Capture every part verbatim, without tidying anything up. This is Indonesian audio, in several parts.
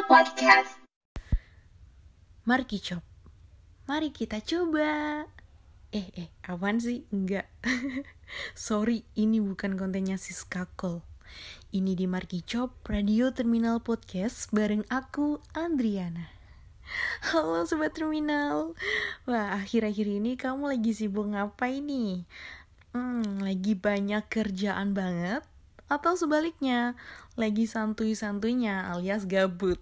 Podcast. Markicop, mari kita coba. Eh, eh, apaan sih? Enggak. Sorry, ini bukan kontennya Siska Call. Ini di Markicop, Radio Terminal Podcast bareng aku, Andriana. Halo Sobat Terminal. Wah, akhir-akhir ini kamu lagi sibuk ngapain nih? Hmm, lagi banyak kerjaan banget? Atau sebaliknya, lagi santuy-santuйnya alias gabut?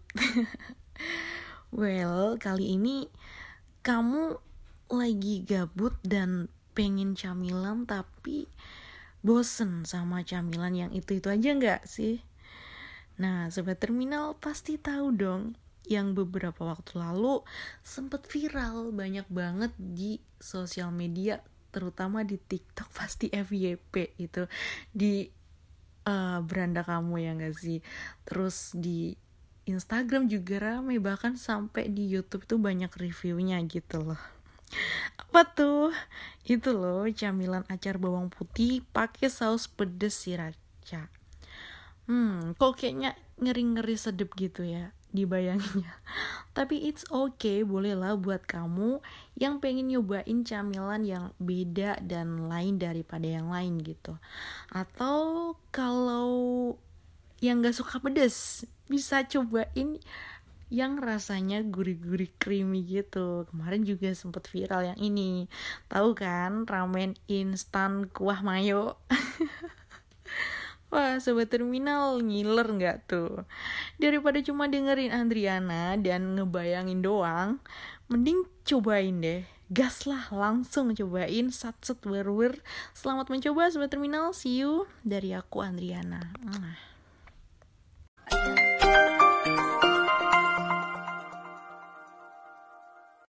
Well, kali ini kamu lagi gabut dan pengen camilan tapi bosen sama camilan yang itu-itu aja nggak sih? Nah, Sobat Terminal pasti tahu dong yang beberapa waktu lalu sempat viral banyak banget di sosial media, terutama di TikTok, pasti F Y P itu di uh, beranda kamu ya nggak sih? Terus di Instagram juga ramai, bahkan sampai di YouTube tuh banyak reviewnya gitu loh. Apa tuh? Itu loh camilan acar bawang putih pakai saus pedes sriracha. Hmm, kok kayaknya ngeri-ngeri sedep gitu ya dibayanginnya. Tapi it's okay, bolehlah buat kamu yang pengen nyobain camilan yang beda dan lain daripada yang lain gitu. Atau kalau yang gak suka pedes, bisa cobain yang rasanya gurih-gurih creamy gitu. Kemarin juga sempet viral yang ini. Tahu kan, ramen instan kuah mayo? Wah, Sobat Terminal, ngiler gak tuh? Daripada cuma dengerin Andriana dan ngebayangin doang, mending cobain deh. Gas lah, langsung cobain satset wer-wer. Selamat mencoba Sobat Terminal, see you dari aku Andriana.